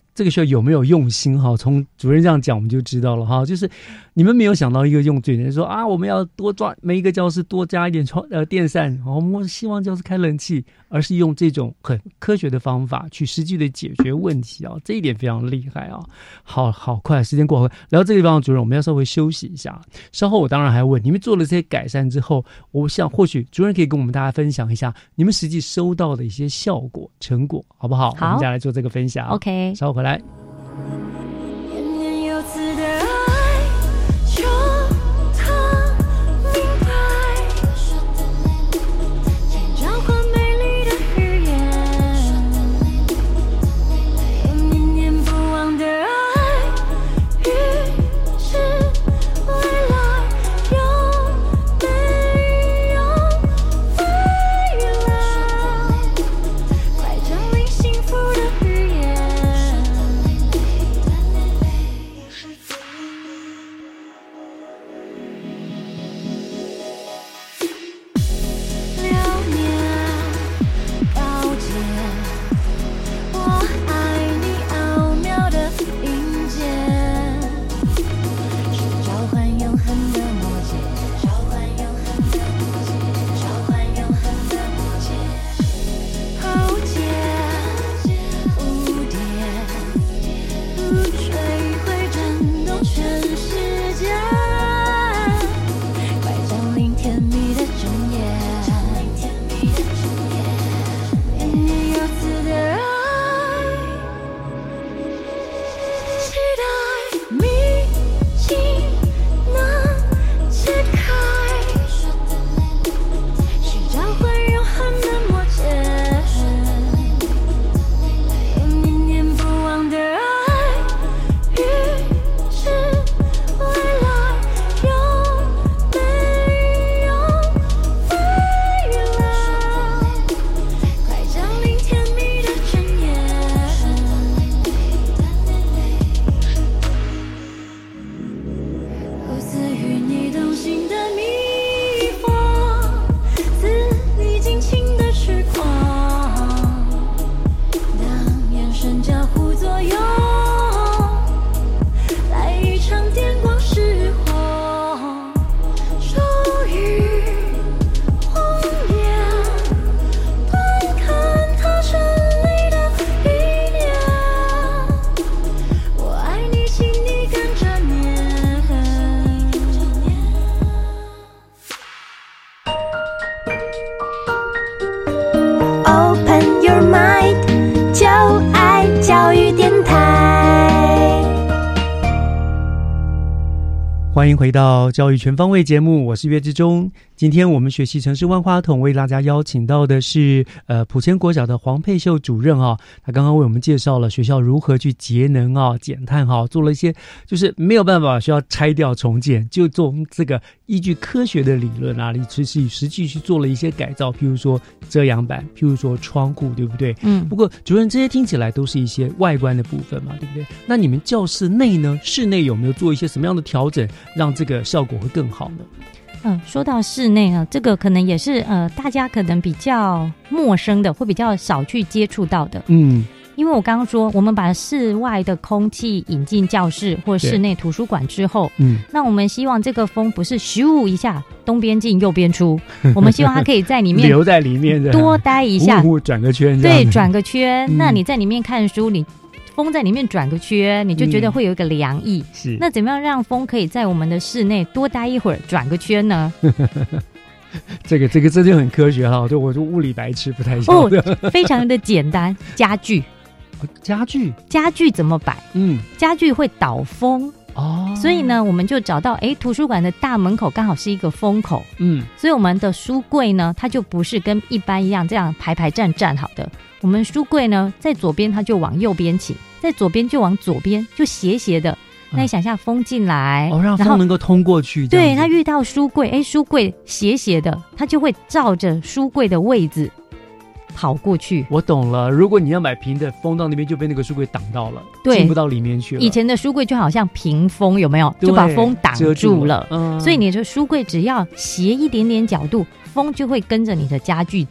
这个学校有没有用心哈？从主任这样讲我们就知道了哈，就是你们没有想到一个用最简单说啊，我们要多抓每一个教室多加一点窗呃电扇，我们希望教室开冷气，而是用这种很科学的方法去实际的解决问题啊，这一点非常厉害啊！好好快，时间过快，来到这个地方，主任我们要稍微休息一下，稍后我当然还问你们做了这些改善之后，我想或许主任可以跟我们大家分享一下你们实际收到的一些效果成果，好不好？ 好， 我们再来做这个分享。 OK， 稍后回来。 年年有次的爱，求他明白，请交换美丽的语言，念念不忘的爱，于是未来有没有未来，快降临幸福的语言。 欢迎回到教育全方位节目，我是岳志忠。今天我们学习城市万花筒为大家邀请到的是呃埔前国小的黄佩秀主任啊，他刚刚为我们介绍了学校如何去节能啊、减碳哈、啊，做了一些就是没有办法需要拆掉重建，就做这个依据科学的理论啊，实际实际去做了一些改造，譬如说遮阳板，譬如说窗户，对不对？嗯。不过主任这些听起来都是一些外观的部分嘛，对不对？那你们教室内呢？室内有没有做一些什么样的调整，让这个效果会更好呢？ 嗯，说到室内啊，这个可能也是呃，大家可能比较陌生的，会比较少去接触到的。嗯，因为我刚刚说，我们把室外的空气引进教室或室内图书馆之后，嗯，那我们希望这个风不是咻一下东边进右边出，我们希望它可以在里面留在里面的， 多待一下， 呼呼转个圈， 对，转个圈。嗯、那你在里面看书，你风在里面转个圈，你就觉得会有一个凉意。嗯、是，那怎么样让风可以在我们的室内多待一会儿，转个圈呢？ 这个这个这就很科学哈，对，我就物理白痴不太晓得。 哦，非常的简单，家具， 家具， 家具怎么摆？嗯，家具会导风。哦，所以呢，我们就找到，哎，图书馆的大门口刚好是一个风口，嗯，所以我们的书柜呢，它就不是跟一般一样这样排排站站好的，我们书柜呢，在左边它就往右边倾，在左边就往左边，就斜斜的。那你想象风进来， 哦，让风能够通过去， 对，它遇到书柜，哎，书柜斜斜的，它就会照着书柜的位置跑过去。 我懂了，如果你要买平的，风到那边就被那个书柜挡到了，对，进不到里面去了。 以前的书柜就好像屏风，有没有？就把风挡住了。嗯，所以你的书柜只要斜一点点角度，风就会跟着你的家具走。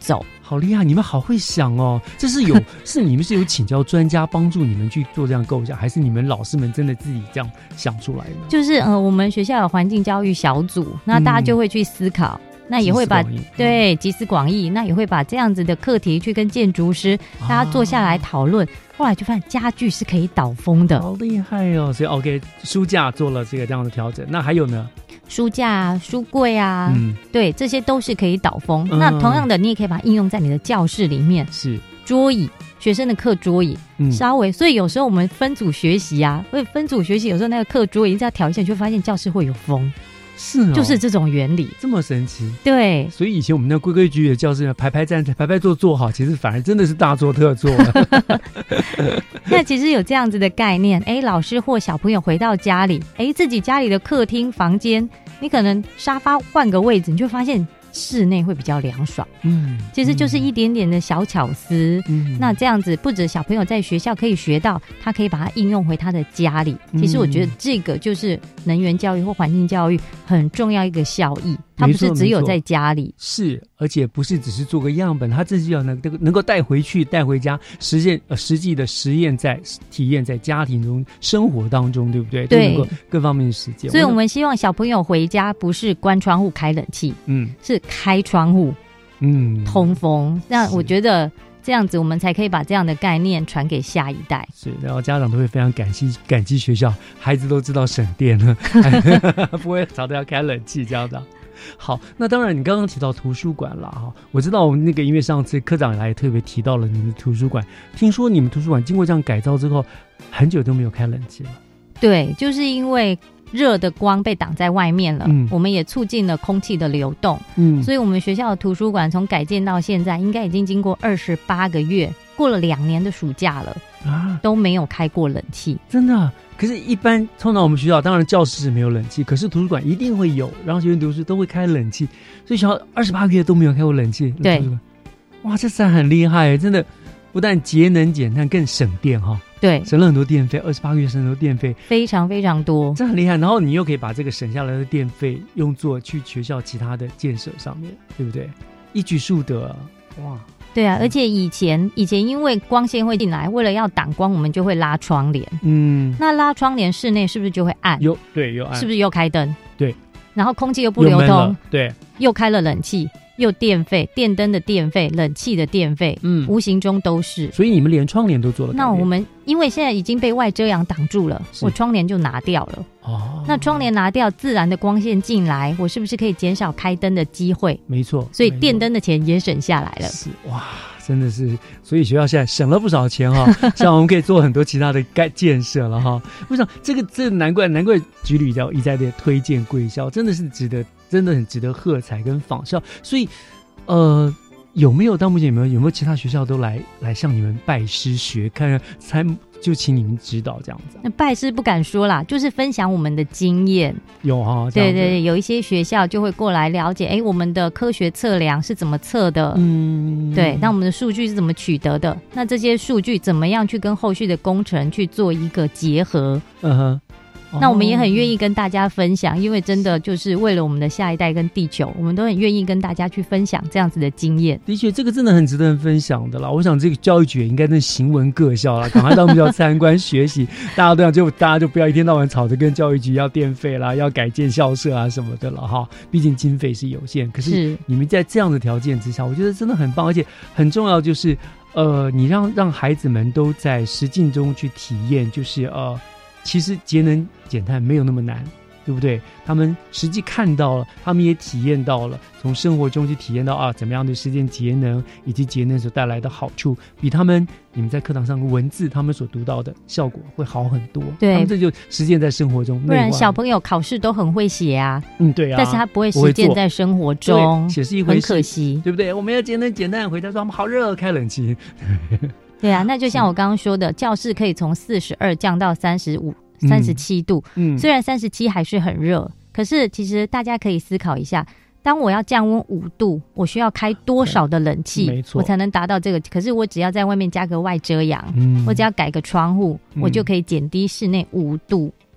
好厉害，你们好会想哦！这是有是你们是有请教专家帮助你们去做这样构想，还是你们老师们真的自己这样想出来的？ 就是呃，我们学校有环境教育小组，那大家就会去思考。嗯，那也会把对集思广益，那也会把这样子的课题去跟建筑师大家坐下来讨论，啊，后来就发现家具是可以导风的， 好厉害哦！所以 OK， 书架做了这个这样的调整，那还有呢？ 书架、书柜啊，嗯，对，这些都是可以导风。 嗯， 那同样的，你也可以把它应用在你的教室里面， 是桌椅。学生的课桌椅，嗯，稍微，所以有时候我们分组学习啊，会分组学习，有时候那个课桌椅只要调一下，你就会发现教室会有风。 是，哦， 就是这种原理， 这么神奇。 对， 所以以前我们那规规矩矩的教室，排排站、排排坐坐好，其实反而真的是大做特做。 那其实有这样子的概念，哎，老师或小朋友回到家里，哎，自己家里的客厅、房间，你可能沙发换个位置，你就发现室内会比较凉爽。嗯，其实就是一点点的小巧思。嗯，那这样子不止小朋友在学校可以学到，他可以把它应用回他的家里。其实我觉得这个就是能源教育或环境教育很重要一个效益，它不是只有在家里， 是，而且不是只是做个样本，它自己要能能够带回去、带回家，实践呃实际的实验在体验在家庭中、生活当中，对不对？ 对， 都能够各方面的实践。 所以我们希望小朋友回家不是关窗户开冷气，嗯，是开窗户，嗯，通风。那我觉得这样子我们才可以把这样的概念传给下一代。 是，然后家长都会非常感激感激学校，孩子都知道省电了，不会吵得要开冷气这样的。好，那当然你刚刚提到图书馆了哈，我知道我们那个因为上次科长来也特别提到了你们的图书馆，听说你们图书馆经过这样改造之后，很久都没有开冷气了。 对，就是因为热的光被挡在外面了，嗯，我们也促进了空气的流动，嗯，所以我们学校的图书馆从改建到现在，应该已经经过二十八个月，过了两年的暑假了啊，都没有开过冷气， 真的。可是，一般通常我们学校当然教室是没有冷气，可是图书馆一定会有，然后学生读书都会开冷气，所以学校二十八个月都没有开过冷气。 对， 哇，这算很厉害，真的不但节能减碳，更省电哈。 对， 省了很多电费，二十八个月省了很多电费， 非常非常多， 这很厉害。然后你又可以把这个省下来的电费用作去学校其他的建设上面，对不对？一举数得，哇！ 对啊，而且以前以前因为光线会进来，为了要挡光，我们就会拉窗帘。嗯，那拉窗帘室内是不是就会暗？ 有，对，有暗， 是不是又开灯？ 对， 然后空气又不流通， 对， 又开了冷气。又电费，电灯的电费，冷气的电费，嗯，无形中都是。 所以你们连窗帘都做了改变。 那我们因为现在已经被外遮阳挡住了，我窗帘就拿掉了。哦，那窗帘拿掉，自然的光线进来，我是不是可以减少开灯的机会？ 没错， 所以电灯的钱也省下来了。 是，哇，真的是，所以学校现在省了不少钱哈、哦，像我们可以做很多其他的盖建设了哈、哦。我想这个这难怪难怪局里要一再的推荐贵校，真的是值得。真的很值得喝彩跟仿效，所以，呃，有没有到目前有没有有没有其他学校都来来向你们拜师学，看看才就请你们指导这样子、啊？ 那拜师不敢说啦，就是分享我们的经验。 有哈、哦， 对对对，有一些学校就会过来了解，哎，我们的科学测量是怎么测的？嗯，对，那我们的数据是怎么取得的？那这些数据怎么样去跟后续的工程去做一个结合？嗯哼。那我们也很愿意跟大家分享，因为真的就是为了我们的下一代跟地球，我们都很愿意跟大家去分享这样子的经验。 的确，这个真的很值得分享的啦。我想这个教育局也应该能行文各校啦，赶快到学校参观学习。大家都要就大家就不要一天到晚吵着跟教育局要电费啦，要改建校舍啊什么的了哈。毕竟经费是有限，可是你们在这样的条件之下，我觉得真的很棒，而且很重要就是，呃，你让让孩子们都在实境中去体验，就是呃。其实节能减碳没有那么难，对不对？他们实际看到了，他们也体验到了，从生活中去体验到啊，怎么样的实践节能以及节能所带来的好处，比他们你们在课堂上文字他们所读到的效果会好很多。 对， 他们这就实践在生活中。 不然小朋友考试都很会写啊， 嗯，对啊， 但是他不会实践在生活中， 写是一回事， 很可惜， 对不对？我们要节能减碳，回家说我们好热，开冷气。 对啊，那就像我刚刚说的，教室可以从四十二降到三十五、三十七度。嗯，虽然三十七还是很热，可是其实大家可以思考一下，当我要降温五度，我需要开多少的冷气，没错，我才能达到这个？可是我只要在外面加个外遮阳，嗯，我只要改个窗户，嗯，我就可以减低室内五度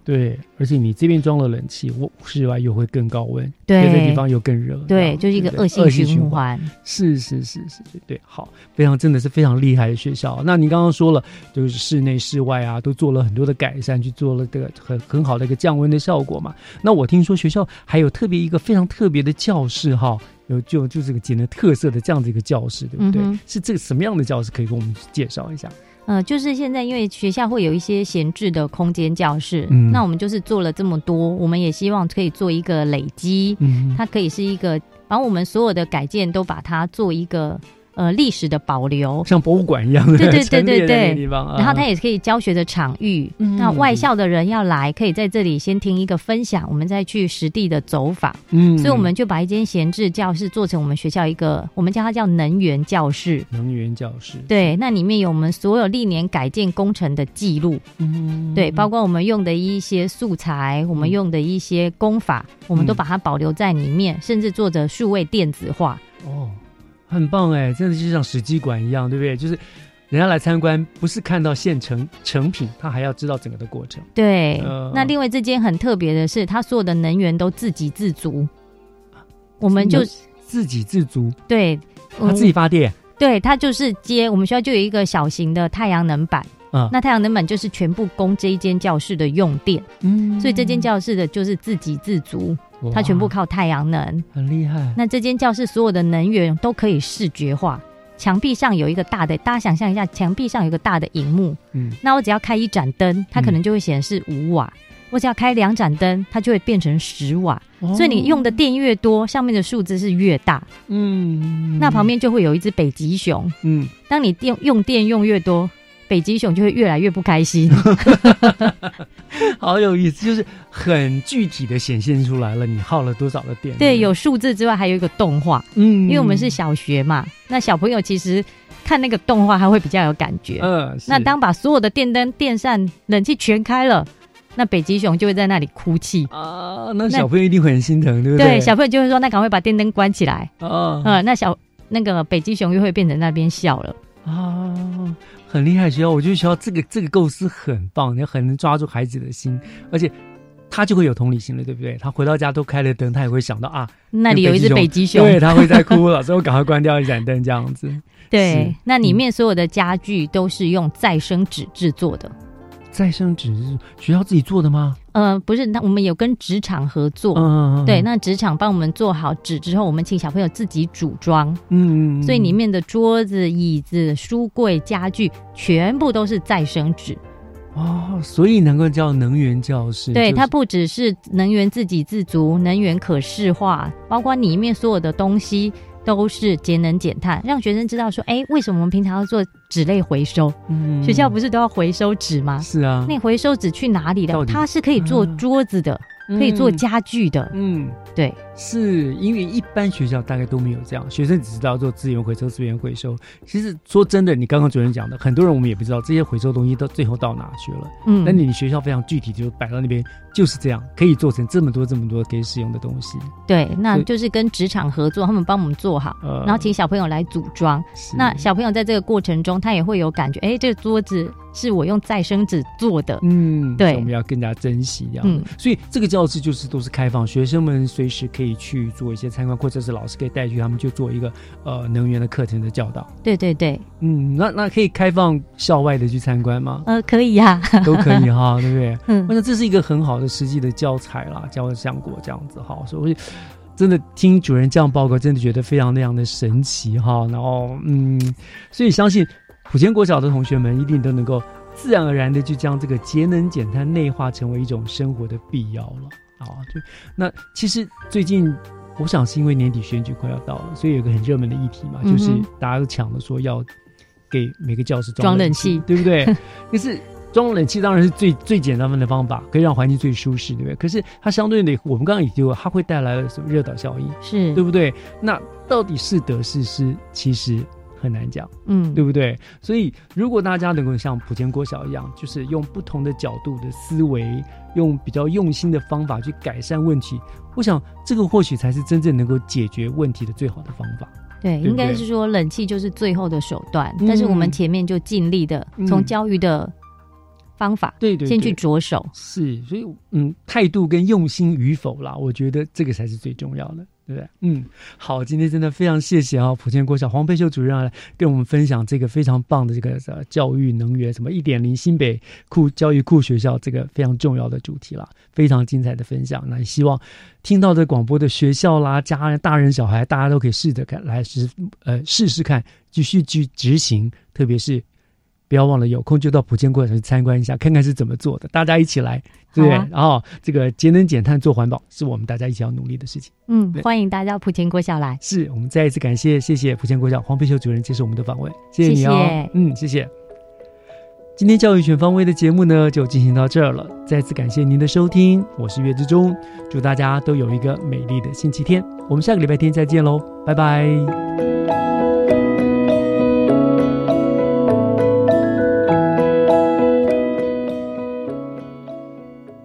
对，而且你这边装了冷气，我室外又会更高温， 对， 别的地方又更热， 对，就是一个恶性循环。 是是是是，对对，好，非常真的是非常厉害的学校。那你刚刚说了，就是室内室外啊，都做了很多的改善，去做了这个很很好的一个降温的效果嘛。那我听说学校还有特别一个非常特别的教室哈。有就就这个节能特色的这样的一个教室，对不对？嗯、是这个什么样的教室？可以跟我们介绍一下。 呃，就是现在因为学校会有一些闲置的空间教室，嗯，那我们就是做了这么多，我们也希望可以做一个累积，嗯，它可以是一个把我们所有的改建都把它做一个。呃，历史的保留， 像博物馆一样的， 对对对对对， 地方啊、 然后它也可以教学的场域。嗯、那外校的人要来，可以在这里先听一个分享，我们再去实地的走访。嗯，所以我们就把一间闲置教室做成我们学校一个，我们叫它叫能源教室。 能源教室， 对，那里面有我们所有历年改建工程的记录。嗯，对，包括我们用的一些素材，我们用的一些工法，嗯、我们都把它保留在里面，甚至做着数位电子化。 哦。很棒哎，真的就像史迹馆一样，对不对？就是人家来参观，不是看到现成成品，他还要知道整个的过程。 对，呃、那另外这间很特别的是，它所有的能源都自给自足，我们就自给自足。 对， 他自己发电。 嗯、对，它就是接我们学校就有一个小型的太阳能板。嗯、那太阳能板就是全部供这一间教室的用电，嗯，所以这间教室的就是自给自足，它全部靠太阳能， 很厉害。 那这间教室所有的能源都可以视觉化，墙壁上有一个大的，大家想象一下，墙壁上有一个大的萤幕，嗯，那我只要开一盏灯，它可能就会显示五瓦，嗯、我只要开两盏灯，它就会变成十瓦，哦、所以你用的电越多，上面的数字是越大，嗯，那旁边就会有一只北极熊，嗯，当你用用电用越多。北极熊就会越来越不开心好有意思，就是很具体的显现出来了你耗了多少的电。 对，有数字之外还有一个动画，嗯，因为我们是小学嘛，那小朋友其实看那个动画他会比较有感觉，嗯，那当把所有的电灯电扇冷气全开了，那北极熊就会在那里哭泣啊，那小朋友一定会很心疼，对不对？ 对，小朋友就会说那赶快把电灯关起来啊，嗯，那小那个北极熊又会变成那边笑了啊，很厉害。学校我觉得学校这个这个构思很棒，你很能抓住孩子的心，而且他就会有同理心了，对不对？他回到家都开了灯，他也会想到啊， 那里有一只北极熊， 对，他会在哭了，所以我赶快关掉一盏灯这样子。 对，那里面所有的家具都是用再生纸制作的。 再生纸是学校自己做的吗？ 呃，不是，那我们有跟纸厂合作，嗯，对，那纸厂帮我们做好纸之后，我们请小朋友自己组装，嗯，所以里面的桌子、椅子、书柜、家具全部都是再生纸。 哦，所以能够叫能源教室。 对、 就是、 它不只是能源自给自足，能源可视化，包括里面所有的东西都是节能减碳，让学生知道说，哎，为什么我们平常要做纸类回收？嗯，学校不是都要回收纸吗？ 是啊， 那回收纸去哪里了？它是可以做桌子的。嗯，可以做家具的。嗯，对， 是因为一般学校大概都没有这样，学生只知道做资源回收资源回收。其实说真的，你刚刚主任讲的，很多人我们也不知道这些回收东西到最后到哪去了。嗯，那你学校非常具体，就摆到那边就是这样，可以做成这么多这么多可以使用的东西。 对，那就是跟纸厂合作，他们帮我们做好，呃、然后请小朋友来组装。那小朋友在这个过程中，他也会有感觉，哎，这个桌子是我用再生纸做的。嗯，对， 我们要更加珍惜这样。嗯，所以这个教室就是都是开放，学生们随时可以去做一些参观，或者是老师可以带去他们就做一个呃能源的课程的教导。 对对对， 嗯，那那可以开放校外的去参观吗？ 呃，可以呀、 啊，都可以哈，对不对？嗯，我想这是一个很好的实际的教材啦，教效果这样子哈，所以真的听主任这样报告，真的觉得非常那样的神奇哈。然后嗯，所以相信埔前国小的同学们一定都能够自然而然的就将这个节能减碳内化成为一种生活的必要了啊！就那其实最近我想是因为年底选举快要到了，所以有一个很热门的议题嘛，嗯、就是大家都抢着说要给每个教室装冷气，对不对？可是装冷气当然是最最简单的方法，可以让环境最舒适，对不对？可是它相对的，我们刚刚也提过，它会带来了什么热岛效应， 是对不对？那到底是得是失，其实很难讲，嗯，对不对？所以如果大家能够像埔前国小一样，就是用不同的角度的思维，用比较用心的方法去改善问题，我想这个或许才是真正能够解决问题的最好的方法。 对，对对，应该是说冷气就是最后的手段，嗯、但是我们前面就尽力的从教育的方法， 对对对， 先去着手。 是，所以嗯，态度跟用心与否啦，我觉得这个才是最重要的。对不对？嗯，好，今天真的非常谢谢啊，埔前国小黄佩秀主任来跟我们分享这个非常棒的这个呃教育能源什么一点零新北库教育库学校这个非常重要的主题啦，非常精彩的分享。那希望听到这广播的学校啦、家人、大人、小孩，大家都可以试着看来试呃试试看，继续去执行，特别是。不要忘了有空就到埔前国小去参观一下，看看是怎么做的，大家一起来，对不对？啊、然后这个节能减碳做环保是我们大家一起要努力的事情。 嗯，欢迎大家埔前国小来。 是我们再一次感谢，谢谢埔前国小黄佩秀主任接受我们的访问，谢谢你哦。 谢谢嗯，谢谢。今天教育全方位的节目呢，就进行到这儿了。再次感谢您的收听，我是岳志忠，祝大家都有一个美丽的星期天。我们下个礼拜天再见喽，拜拜。